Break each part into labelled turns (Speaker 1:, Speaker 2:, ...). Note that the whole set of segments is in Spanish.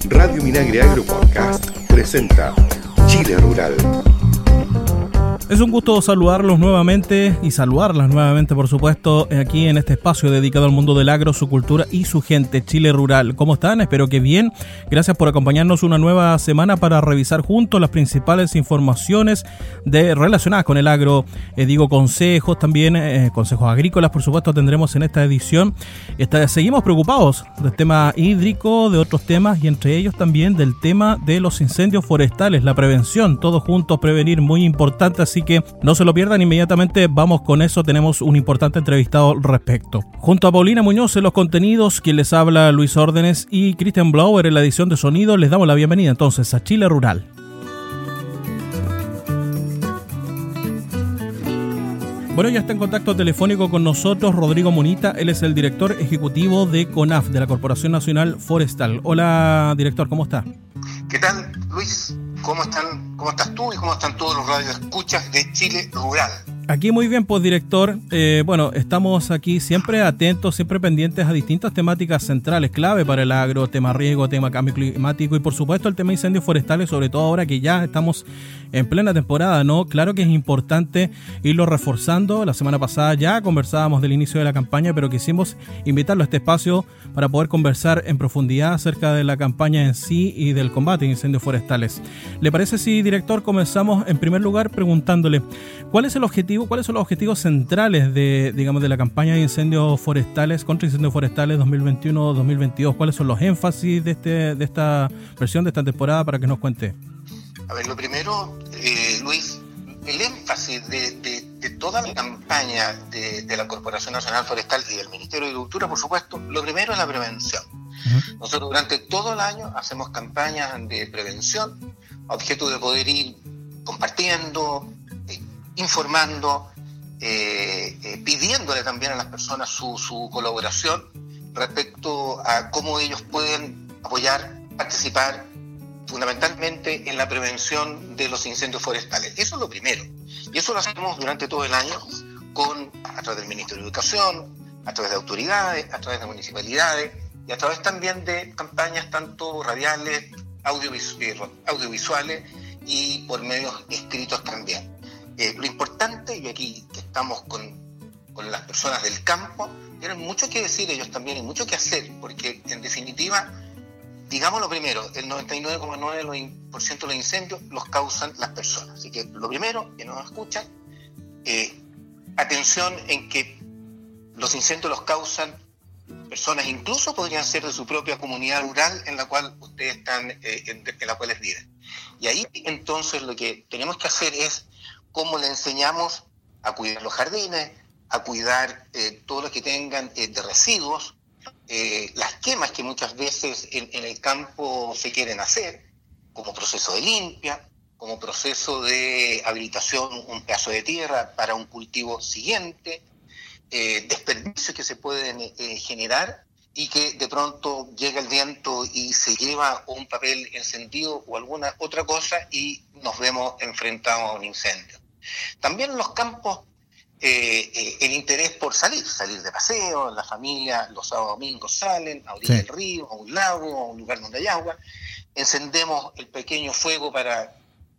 Speaker 1: Radio Minagre Agro Podcast presenta Chile Rural.
Speaker 2: Es un gusto saludarlos nuevamente y saludarlas nuevamente, por supuesto, aquí en este espacio dedicado al mundo del agro, su cultura y su gente, Chile Rural. ¿Cómo están? Espero que bien. Gracias por acompañarnos una nueva semana para revisar juntos las principales informaciones relacionadas con el agro. Consejos también, consejos agrícolas, por supuesto, tendremos en esta edición. Seguimos preocupados del tema hídrico, de otros temas y entre ellos también del tema de los incendios forestales, la prevención, todos juntos prevenir, muy importante, así que no se lo pierdan, inmediatamente vamos con eso, tenemos un importante entrevistado al respecto. Junto a Paulina Muñoz en los contenidos, quien les habla Luis Órdenes y Cristian Blauer en la edición de sonido, les damos la bienvenida entonces a Chile Rural. Bueno, ya está en contacto telefónico con nosotros Rodrigo Munita, él es el director ejecutivo de CONAF, de la Corporación Nacional Forestal. Hola, director, ¿cómo está?
Speaker 3: ¿Qué tal, Luis? ¿Cómo están? ¿Cómo estás tú y cómo están todos los radioescuchas de Chile Rural?
Speaker 2: Aquí muy bien, pues, director. Estamos aquí siempre atentos, siempre pendientes a distintas temáticas centrales, clave para el agro, tema riego, tema cambio climático y, por supuesto, el tema incendios forestales, sobre todo ahora que ya estamos en plena temporada, ¿no? Claro que es importante irlo reforzando. La semana pasada ya conversábamos del inicio de la campaña, pero quisimos invitarlo a este espacio para poder conversar en profundidad acerca de la campaña en sí y del combate a incendios forestales. ¿Le parece si, director, comenzamos en primer lugar preguntándole cuáles son los objetivos centrales de la campaña de incendios forestales, contra incendios forestales 2021-2022? ¿Cuáles son los énfasis de esta versión, de esta temporada, para que nos cuente?
Speaker 3: A ver, lo primero, Luis, el énfasis de toda la campaña de la Corporación Nacional Forestal y del Ministerio de Agricultura, por supuesto, lo primero es la prevención. Uh-huh. Nosotros durante todo el año hacemos campañas de prevención a objeto de poder ir compartiendo, informando, pidiéndole también a las personas su colaboración respecto a cómo ellos pueden apoyar, participar fundamentalmente en la prevención de los incendios forestales. Eso es lo primero. Y eso lo hacemos durante todo el año a través del Ministerio de Educación, a través de autoridades, a través de municipalidades y a través también de campañas tanto radiales, audiovisuales y por medios escritos también. Lo importante, y aquí que estamos con las personas del campo, tienen mucho que decir ellos también y mucho que hacer, porque en definitiva, digamos lo primero, el 99,9% de los incendios los causan las personas. Así que lo primero, que nos escuchan, atención en que los incendios los causan personas, incluso podrían ser de su propia comunidad rural en la cual ustedes están, en la cual viven. Y ahí entonces lo que tenemos que hacer es cómo le enseñamos a cuidar los jardines, a cuidar todo lo que tengan de residuos, las quemas que muchas veces en el campo se quieren hacer, como proceso de limpia, como proceso de habilitación, un pedazo de tierra para un cultivo siguiente, desperdicios que se pueden generar y que de pronto llega el viento y se lleva un papel encendido o alguna otra cosa y nos vemos enfrentados a un incendio. También en los campos, el interés por salir de paseo, la familia los sábados domingos salen a orilla del río, a un lago, a un lugar donde hay agua, encendemos el pequeño fuego para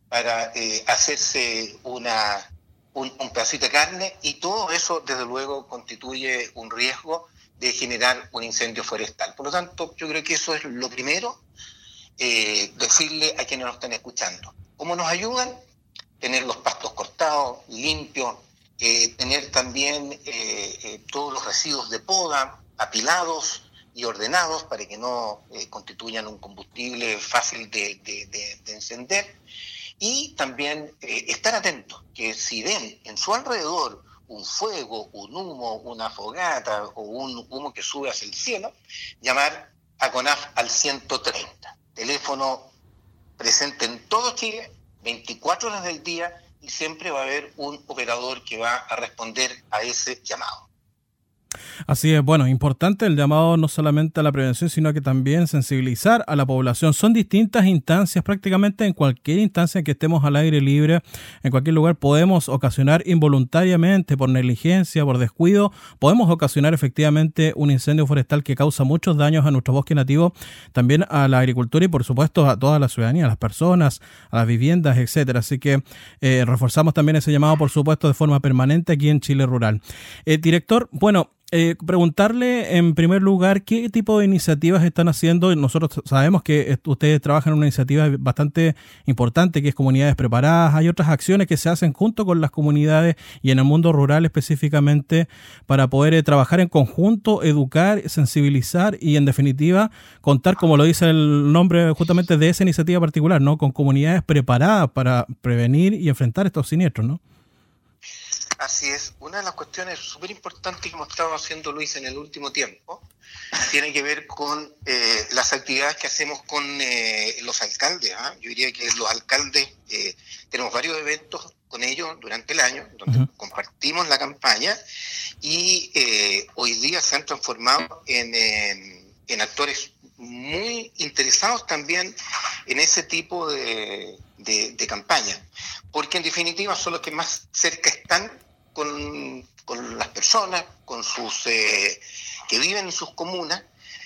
Speaker 3: hacerse un pedacito de carne, y todo eso desde luego constituye un riesgo de generar un incendio forestal. Por lo tanto, yo creo que eso es lo primero, decirle a quienes nos están escuchando. ¿Cómo nos ayudan? Tener los pastos cortados, limpios, tener también todos los residuos de poda apilados y ordenados para que no constituyan un combustible fácil de encender. Y también estar atentos, que si ven en su alrededor un fuego, un humo, una fogata o un humo que sube hacia el cielo, llamar a CONAF al 130. Teléfono presente en todo Chile, 24 horas del día, y siempre va a haber un operador que va a responder a ese llamado.
Speaker 2: Así es, bueno, importante el llamado no solamente a la prevención, sino que también sensibilizar a la población. Son distintas instancias, prácticamente en cualquier instancia en que estemos al aire libre, en cualquier lugar podemos ocasionar involuntariamente, por negligencia, por descuido, podemos ocasionar efectivamente un incendio forestal que causa muchos daños a nuestro bosque nativo, también a la agricultura y por supuesto a toda la ciudadanía, a las personas, a las viviendas, etcétera. Así que reforzamos también ese llamado, por supuesto, de forma permanente aquí en Chile Rural. Director, bueno, preguntarle en primer lugar qué tipo de iniciativas están haciendo. Nosotros sabemos que ustedes trabajan en una iniciativa bastante importante que es Comunidades Preparadas. Hay otras acciones que se hacen junto con las comunidades y en el mundo rural específicamente para poder trabajar en conjunto, educar, sensibilizar y en definitiva contar, como lo dice el nombre justamente de esa iniciativa particular, ¿no? Con comunidades preparadas para prevenir y enfrentar estos siniestros, ¿no?
Speaker 3: Así es. Una de las cuestiones súper importantes que hemos estado haciendo, Luis, en el último tiempo, tiene que ver con las actividades que hacemos con los alcaldes. Yo diría que los alcaldes tenemos varios eventos con ellos durante el año, donde compartimos la campaña y hoy día se han transformado en actores muy interesados también en ese tipo de campaña, porque en definitiva son los que más cerca están con las personas, con sus que viven en sus comunas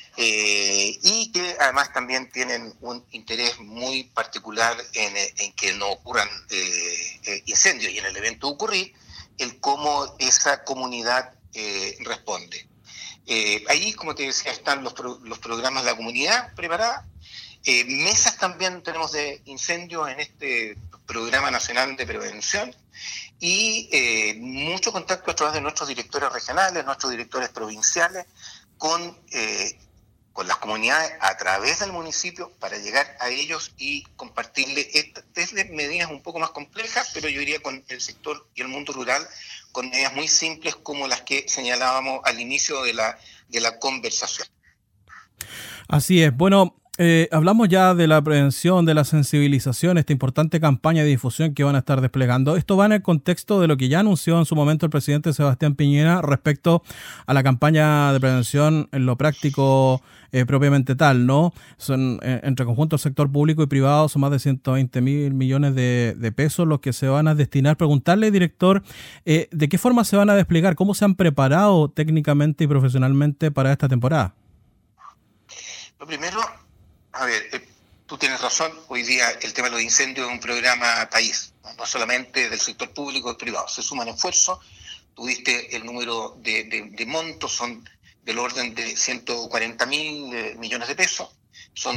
Speaker 3: y que además también tienen un interés muy particular en que no ocurran incendios y en el evento ocurrir, el cómo esa comunidad responde. Ahí, como te decía, están los programas de la comunidad preparada. Mesas también tenemos de incendios en este Programa Nacional de Prevención y mucho contacto a través de nuestros directores regionales, nuestros directores provinciales con las comunidades a través del municipio para llegar a ellos y compartirles desde medidas un poco más complejas, pero yo diría con el sector y el mundo rural, con medidas muy simples como las que señalábamos al inicio de la conversación.
Speaker 2: Así es. Bueno, hablamos ya de la prevención, de la sensibilización, esta importante campaña de difusión que van a estar desplegando. Esto va en el contexto de lo que ya anunció en su momento el presidente Sebastián Piñera respecto a la campaña de prevención en lo práctico propiamente tal, ¿no? Son entre conjunto el sector público y privado, son más de 120.000 millones de pesos los que se van a destinar. Preguntarle, director, ¿de qué forma se van a desplegar? ¿Cómo se han preparado técnicamente y profesionalmente para esta temporada?
Speaker 3: Lo primero, a ver, tú tienes razón, hoy día el tema de los incendios es un programa país, no solamente del sector público y privado, se suman esfuerzos, tuviste el número de montos, son del orden de 140.000 millones de pesos, son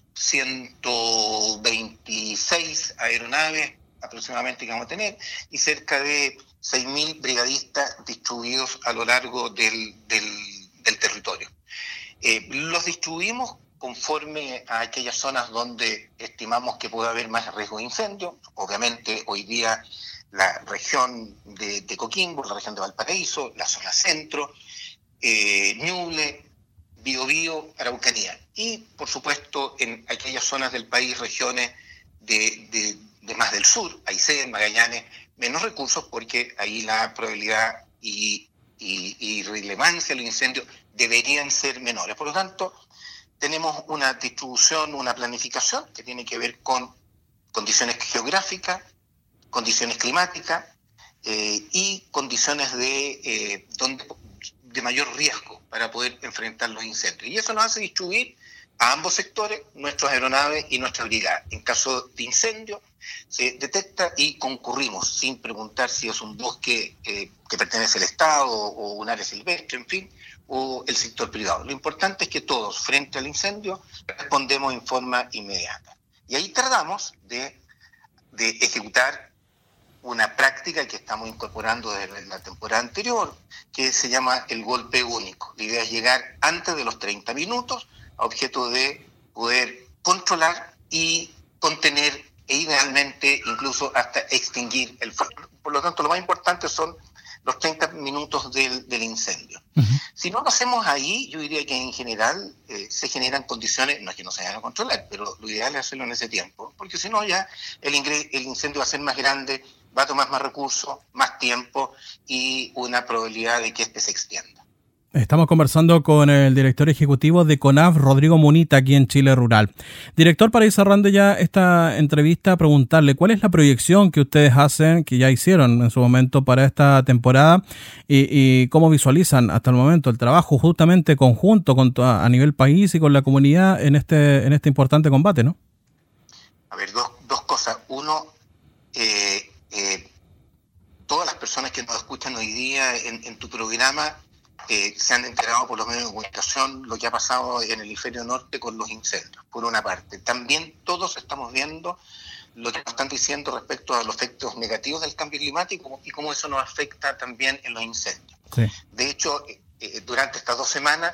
Speaker 3: 126 aeronaves aproximadamente que vamos a tener y cerca de 6.000 brigadistas distribuidos a lo largo del territorio. Los distribuimos conforme a aquellas zonas donde estimamos que puede haber más riesgo de incendio. Obviamente hoy día la región de Coquimbo, la región de Valparaíso, la zona centro, Ñuble, Biobío, Araucanía. Y por supuesto en aquellas zonas del país, regiones de más del sur, Aysén, Magallanes, menos recursos porque ahí la probabilidad y relevancia de los incendios deberían ser menores. Por lo tanto, tenemos una distribución, una planificación que tiene que ver con condiciones geográficas, condiciones climáticas y condiciones de mayor riesgo para poder enfrentar los incendios. Y eso nos hace distribuir a ambos sectores nuestras aeronaves y nuestra brigada. En caso de incendio, se detecta y concurrimos sin preguntar si es un bosque que pertenece al Estado o un área silvestre, en fin, o el sector privado. Lo importante es que todos, frente al incendio, respondemos en forma inmediata. Y ahí tratamos de ejecutar una práctica que estamos incorporando desde la temporada anterior, que se llama el golpe único. La idea es llegar antes de los 30 minutos a objeto de poder controlar y contener e idealmente incluso hasta extinguir el fuego. Por lo tanto, lo más importante son los 30 minutos del incendio. Uh-huh. Si no lo hacemos ahí, yo diría que en general se generan condiciones, no es que no se vayan a controlar, pero lo ideal es hacerlo en ese tiempo, porque si no ya el incendio va a ser más grande, va a tomar más recursos, más tiempo y una probabilidad de que este se extienda.
Speaker 2: Estamos conversando con el director ejecutivo de CONAF, Rodrigo Munita, aquí en Chile Rural. Director, para ir cerrando ya esta entrevista, preguntarle cuál es la proyección que ustedes hacen, que ya hicieron en su momento para esta temporada, y cómo visualizan hasta el momento el trabajo justamente conjunto a nivel país y con la comunidad en este importante combate, ¿no?
Speaker 3: A ver, dos cosas. Uno, todas las personas que nos escuchan hoy día en tu programa se han enterado por los medios de comunicación lo que ha pasado en el hemisferio norte con los incendios, por una parte. También todos estamos viendo lo que nos están diciendo respecto a los efectos negativos del cambio climático y cómo eso nos afecta también en los incendios. Sí. De hecho, durante estas 2 semanas,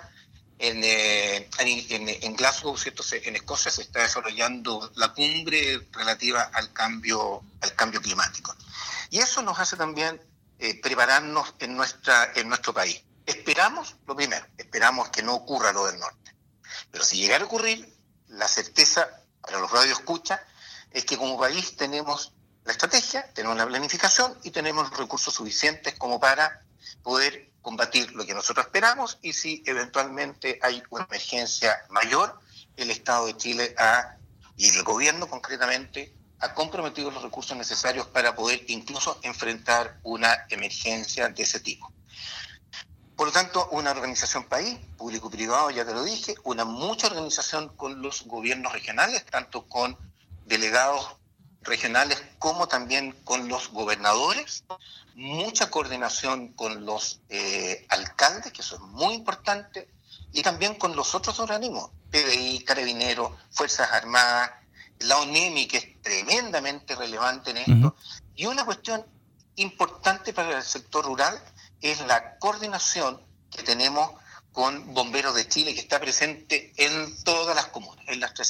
Speaker 3: en Glasgow, ¿cierto? En Escocia, se está desarrollando la cumbre relativa al cambio climático. Y eso nos hace también prepararnos en nuestro país. Esperamos que no ocurra lo del norte. Pero si llegara a ocurrir, la certeza para los radioescuchas es que como país tenemos la estrategia, tenemos la planificación y tenemos los recursos suficientes como para poder combatir lo que nosotros esperamos, y si eventualmente hay una emergencia mayor, el Estado de Chile y el gobierno concretamente ha comprometido los recursos necesarios para poder incluso enfrentar una emergencia de ese tipo. Por lo tanto, una organización país, público-privado, ya te lo dije, mucha organización con los gobiernos regionales, tanto con delegados regionales como también con los gobernadores, mucha coordinación con los alcaldes, que eso es muy importante, y también con los otros organismos, PDI, Carabineros, Fuerzas Armadas, la ONEMI, que es tremendamente relevante en esto. Y una cuestión importante para el sector rural es la coordinación que tenemos con Bomberos de Chile, que está presente en todas las comunas, en las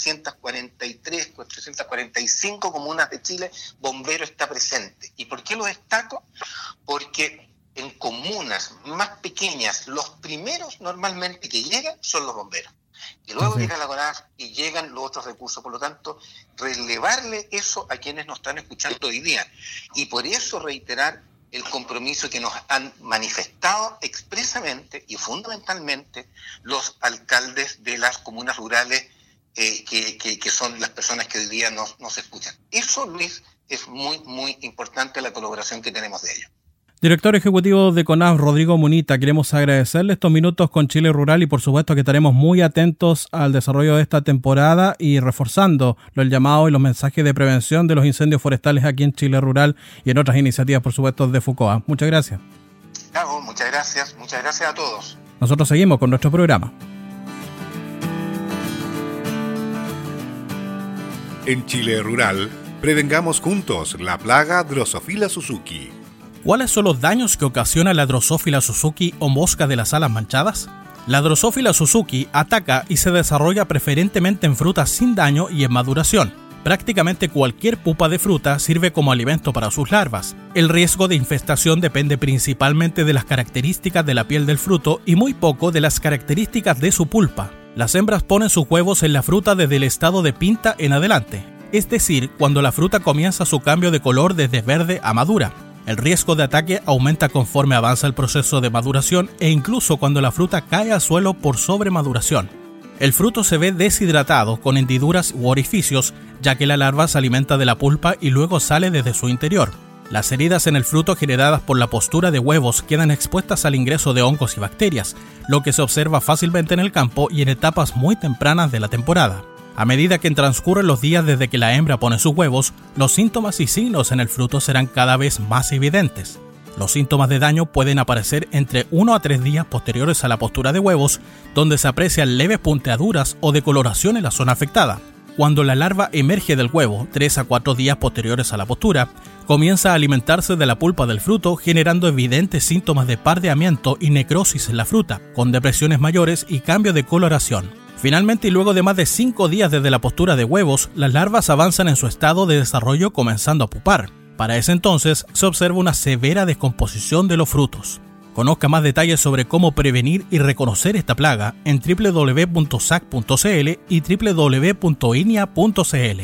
Speaker 3: 345 comunas de Chile. Bomberos está presente. ¿Y por qué lo destaco? Porque en comunas más pequeñas, los primeros normalmente que llegan son los bomberos. Y luego llega la CONAF y llegan los otros recursos. Por lo tanto, relevarle eso a quienes nos están escuchando hoy día. Y por eso reiterar el compromiso que nos han manifestado expresamente y fundamentalmente los alcaldes de las comunas rurales, que son las personas que hoy día nos escuchan. Eso, Luis, es muy, muy importante, la colaboración que tenemos de ellos.
Speaker 2: Director ejecutivo de CONAF, Rodrigo Munita, queremos agradecerle estos minutos con Chile Rural y por supuesto que estaremos muy atentos al desarrollo de esta temporada y reforzando el llamado y los mensajes de prevención de los incendios forestales aquí en Chile Rural y en otras iniciativas, por supuesto, de FUCOA. Muchas gracias.
Speaker 3: Claro, muchas gracias a todos.
Speaker 2: Nosotros seguimos con nuestro programa.
Speaker 1: En Chile Rural, prevengamos juntos la plaga Drosophila Suzuki.
Speaker 2: ¿Cuáles son los daños que ocasiona la Drosophila Suzuki o mosca de las alas manchadas? La Drosophila Suzuki ataca y se desarrolla preferentemente en frutas sin daño y en maduración. Prácticamente cualquier pupa de fruta sirve como alimento para sus larvas. El riesgo de infestación depende principalmente de las características de la piel del fruto y muy poco de las características de su pulpa. Las hembras ponen sus huevos en la fruta desde el estado de pinta en adelante, es decir, cuando la fruta comienza su cambio de color desde verde a madura. El riesgo de ataque aumenta conforme avanza el proceso de maduración e incluso cuando la fruta cae al suelo por sobremaduración. El fruto se ve deshidratado con hendiduras u orificios, ya que la larva se alimenta de la pulpa y luego sale desde su interior. Las heridas en el fruto generadas por la postura de huevos quedan expuestas al ingreso de hongos y bacterias, lo que se observa fácilmente en el campo y en etapas muy tempranas de la temporada. A medida que transcurren los días desde que la hembra pone sus huevos, los síntomas y signos en el fruto serán cada vez más evidentes. Los síntomas de daño pueden aparecer entre 1 a 3 días posteriores a la postura de huevos, donde se aprecian leves punteaduras o decoloración en la zona afectada. Cuando la larva emerge del huevo, 3 a 4 días posteriores a la postura, comienza a alimentarse de la pulpa del fruto, generando evidentes síntomas de pardeamiento y necrosis en la fruta, con depresiones mayores y cambio de coloración. Finalmente, y luego de más de 5 días desde la postura de huevos, las larvas avanzan en su estado de desarrollo comenzando a pupar. Para ese entonces, se observa una severa descomposición de los frutos. Conozca más detalles sobre cómo prevenir y reconocer esta plaga en www.sac.cl y www.inia.cl.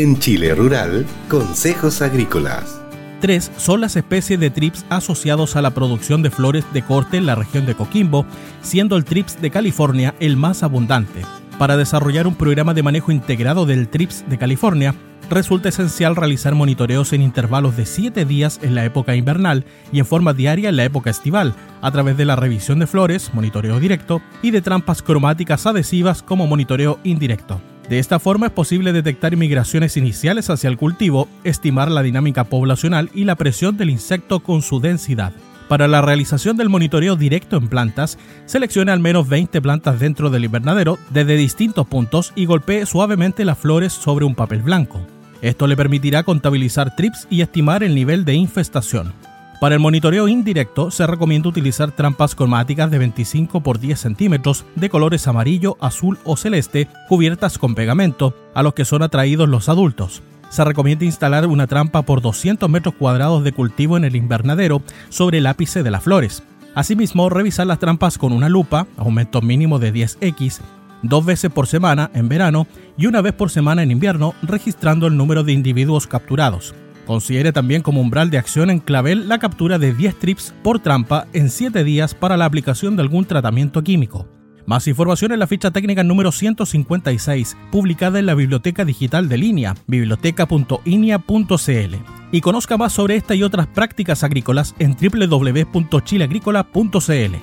Speaker 1: En Chile Rural, consejos agrícolas.
Speaker 2: 3 son las especies de trips asociados a la producción de flores de corte en la región de Coquimbo, siendo el trips de California el más abundante. Para desarrollar un programa de manejo integrado del trips de California, resulta esencial realizar monitoreos en intervalos de 7 días en la época invernal y en forma diaria en la época estival, a través de la revisión de flores, monitoreo directo, y de trampas cromáticas adhesivas como monitoreo indirecto. De esta forma es posible detectar migraciones iniciales hacia el cultivo, estimar la dinámica poblacional y la presión del insecto con su densidad. Para la realización del monitoreo directo en plantas, seleccione al menos 20 plantas dentro del invernadero desde distintos puntos y golpee suavemente las flores sobre un papel blanco. Esto le permitirá contabilizar trips y estimar el nivel de infestación. Para el monitoreo indirecto se recomienda utilizar trampas cromáticas de 25 por 10 centímetros de colores amarillo, azul o celeste cubiertas con pegamento, a los que son atraídos los adultos. Se recomienda instalar una trampa por 200 metros cuadrados de cultivo en el invernadero sobre el ápice de las flores. Asimismo, revisar las trampas con una lupa, aumento mínimo de 10x, 2 veces por semana en verano y 1 vez por semana en invierno, registrando el número de individuos capturados. Considere también como umbral de acción en clavel la captura de 10 trips por trampa en 7 días para la aplicación de algún tratamiento químico. Más información en la ficha técnica número 156, publicada en la Biblioteca Digital de Línea, biblioteca.inia.cl. Y conozca más sobre esta y otras prácticas agrícolas en www.chileagrícola.cl.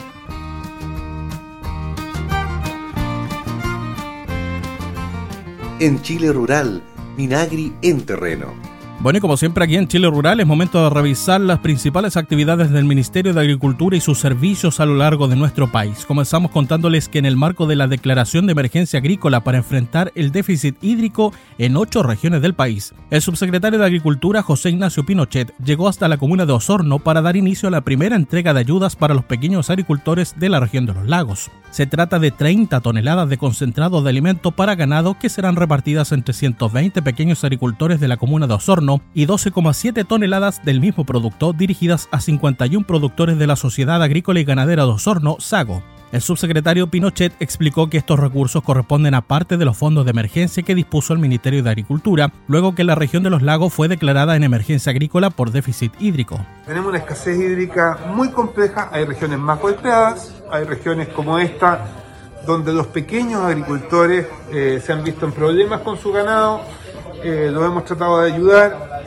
Speaker 1: En Chile Rural, Minagri en terreno.
Speaker 2: Bueno, y como siempre aquí en Chile Rural es momento de revisar las principales actividades del Ministerio de Agricultura y sus servicios a lo largo de nuestro país. Comenzamos contándoles que en el marco de la declaración de emergencia agrícola para enfrentar el déficit hídrico en 8 regiones del país, el subsecretario de Agricultura José Ignacio Pinochet llegó hasta la comuna de Osorno para dar inicio a la primera entrega de ayudas para los pequeños agricultores de la región de los lagos. Se trata de 30 toneladas de concentrado de alimento para ganado que serán repartidas entre 120 pequeños agricultores de la comuna de Osorno y 12,7 toneladas del mismo producto dirigidas a 51 productores de la Sociedad Agrícola y Ganadera de Osorno, SAGO. El subsecretario Pinochet explicó que estos recursos corresponden a parte de los fondos de emergencia que dispuso el Ministerio de Agricultura, luego que la región de los lagos fue declarada en emergencia agrícola por déficit hídrico.
Speaker 4: Tenemos una escasez hídrica muy compleja, hay regiones más golpeadas, hay regiones como esta, donde los pequeños agricultores se han visto en problemas con su ganado, los hemos tratado de ayudar.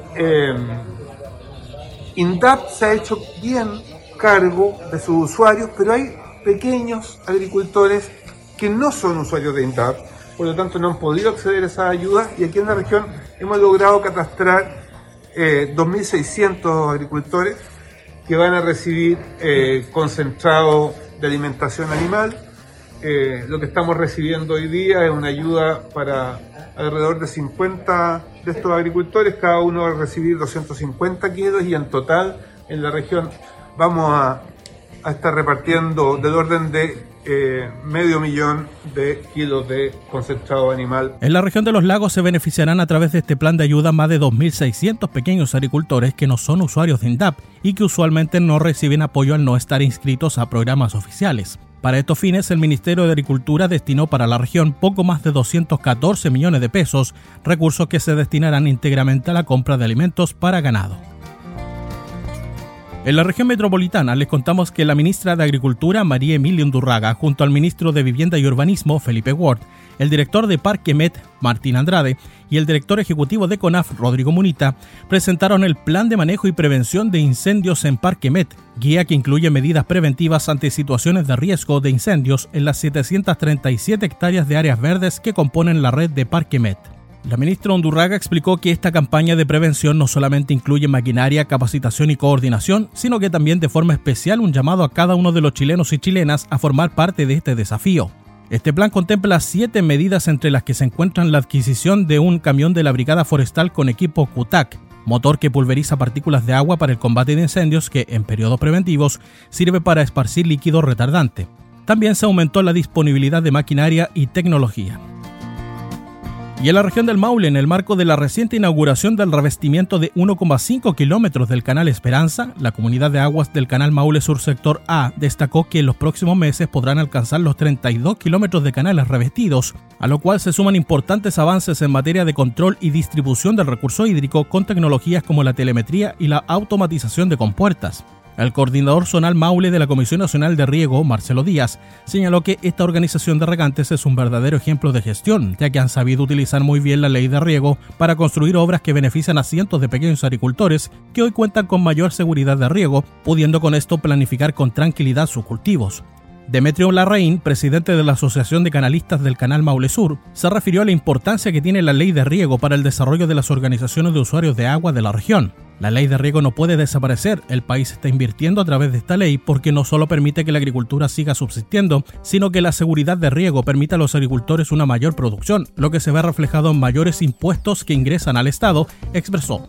Speaker 4: INDAP se ha hecho bien cargo de sus usuarios, pero hay pequeños agricultores que no son usuarios de INDAP, por lo tanto no han podido acceder a esas ayudas, y aquí en la región hemos logrado catastrar 2.600 agricultores que van a recibir concentrado de alimentación animal. Lo que estamos recibiendo hoy día es una ayuda para alrededor de 50 de estos agricultores, cada uno va a recibir 250 kilos y en total en la región vamos a estar repartiendo del orden de 500.000 de kilos de concentrado animal.
Speaker 2: En la región de los lagos se beneficiarán a través de este plan de ayuda más de 2.600 pequeños agricultores que no son usuarios de INDAP y que usualmente no reciben apoyo al no estar inscritos a programas oficiales. Para estos fines, el Ministerio de Agricultura destinó para la región poco más de 214 millones de pesos, recursos que se destinarán íntegramente a la compra de alimentos para ganado. En la región metropolitana les contamos que la ministra de Agricultura, María Emilia Undurraga, junto al ministro de Vivienda y Urbanismo, Felipe Ward, el director de Parque Met, Martín Andrade, y el director ejecutivo de CONAF, Rodrigo Munita, presentaron el Plan de Manejo y Prevención de Incendios en Parque Met, guía que incluye medidas preventivas ante situaciones de riesgo de incendios en las 737 hectáreas de áreas verdes que componen la red de Parque Met. La ministra Undurraga explicó que esta campaña de prevención no solamente incluye maquinaria, capacitación y coordinación, sino que también de forma especial un llamado a cada uno de los chilenos y chilenas a formar parte de este desafío. Este plan contempla 7 medidas, entre las que se encuentran la adquisición de un camión de la Brigada Forestal con equipo CUTAC, motor que pulveriza partículas de agua para el combate de incendios que, en periodos preventivos, sirve para esparcir líquido retardante. También se aumentó la disponibilidad de maquinaria y tecnología. Y en la región del Maule, en el marco de la reciente inauguración del revestimiento de 1,5 kilómetros del Canal Esperanza, la Comunidad de Aguas del Canal Maule Sur Sector A destacó que en los próximos meses podrán alcanzar los 32 kilómetros de canales revestidos, a lo cual se suman importantes avances en materia de control y distribución del recurso hídrico con tecnologías como la telemetría y la automatización de compuertas. El coordinador zonal Maule de la Comisión Nacional de Riego, Marcelo Díaz, señaló que esta organización de regantes es un verdadero ejemplo de gestión, ya que han sabido utilizar muy bien la ley de riego para construir obras que benefician a cientos de pequeños agricultores que hoy cuentan con mayor seguridad de riego, pudiendo con esto planificar con tranquilidad sus cultivos. Demetrio Larraín, presidente de la Asociación de Canalistas del Canal Maule Sur, se refirió a la importancia que tiene la ley de riego para el desarrollo de las organizaciones de usuarios de agua de la región. La ley de riego no puede desaparecer, el país está invirtiendo a través de esta ley porque no solo permite que la agricultura siga subsistiendo, sino que la seguridad de riego permite a los agricultores una mayor producción, lo que se ve reflejado en mayores impuestos que ingresan al Estado, expresó.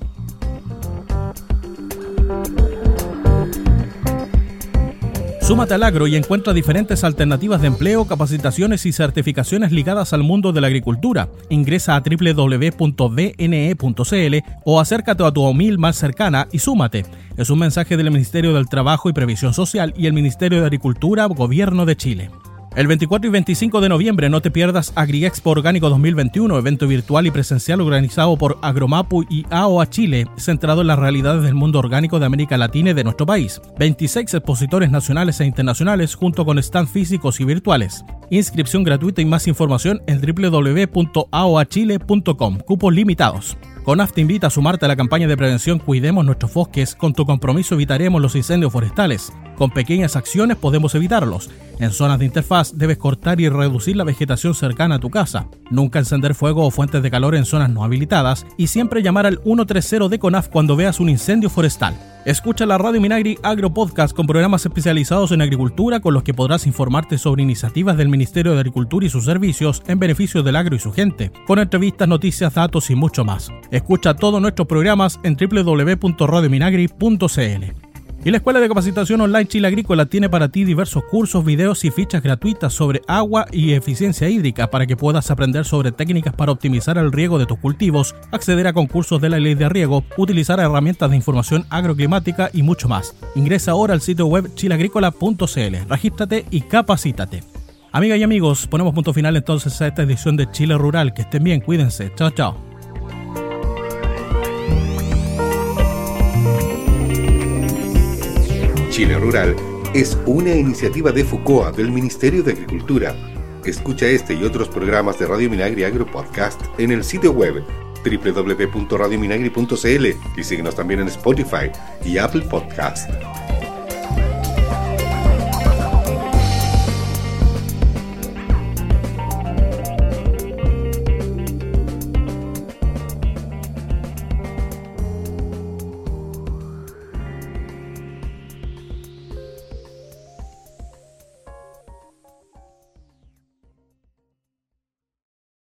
Speaker 2: Súmate al agro y encuentra diferentes alternativas de empleo, capacitaciones y certificaciones ligadas al mundo de la agricultura. Ingresa a www.bne.cl o acércate a tu OMIL más cercana y súmate. Es un mensaje del Ministerio del Trabajo y Previsión Social y el Ministerio de Agricultura, Gobierno de Chile. El 24 y 25 de noviembre no te pierdas AgriExpo Orgánico 2021, evento virtual y presencial organizado por Agromapu y AOA Chile, centrado en las realidades del mundo orgánico de América Latina y de nuestro país. 26 expositores nacionales e internacionales junto con stands físicos y virtuales. Inscripción gratuita y más información en www.aoachile.com. Cupos limitados. CONAF te invita a sumarte a la campaña de prevención Cuidemos nuestros bosques. Con tu compromiso evitaremos los incendios forestales. Con pequeñas acciones podemos evitarlos. En zonas de interfaz debes cortar y reducir la vegetación cercana a tu casa. Nunca encender fuego o fuentes de calor en zonas no habilitadas y siempre llamar al 130 de CONAF cuando veas un incendio forestal. Escucha la Radio Minagri Agro Podcast con programas especializados en agricultura con los que podrás informarte sobre iniciativas del Ministerio de Agricultura y sus servicios en beneficio del agro y su gente, con entrevistas, noticias, datos y mucho más. Escucha todos nuestros programas en www.radiominagri.cl. Y la Escuela de Capacitación Online Chile Agrícola tiene para ti diversos cursos, videos y fichas gratuitas sobre agua y eficiencia hídrica para que puedas aprender sobre técnicas para optimizar el riego de tus cultivos, acceder a concursos de la ley de riego, utilizar herramientas de información agroclimática y mucho más. Ingresa ahora al sitio web chileagrícola.cl, regístrate y capacítate. Amigas y amigos, ponemos punto final entonces a esta edición de Chile Rural. Que estén bien, cuídense. Chao, chao.
Speaker 1: Chile Rural es una iniciativa de FUCOA del Ministerio de Agricultura. Escucha este y otros programas de Radio Minagri Agro Podcast en el sitio web www.radiominagri.cl y síguenos también en Spotify y Apple Podcast.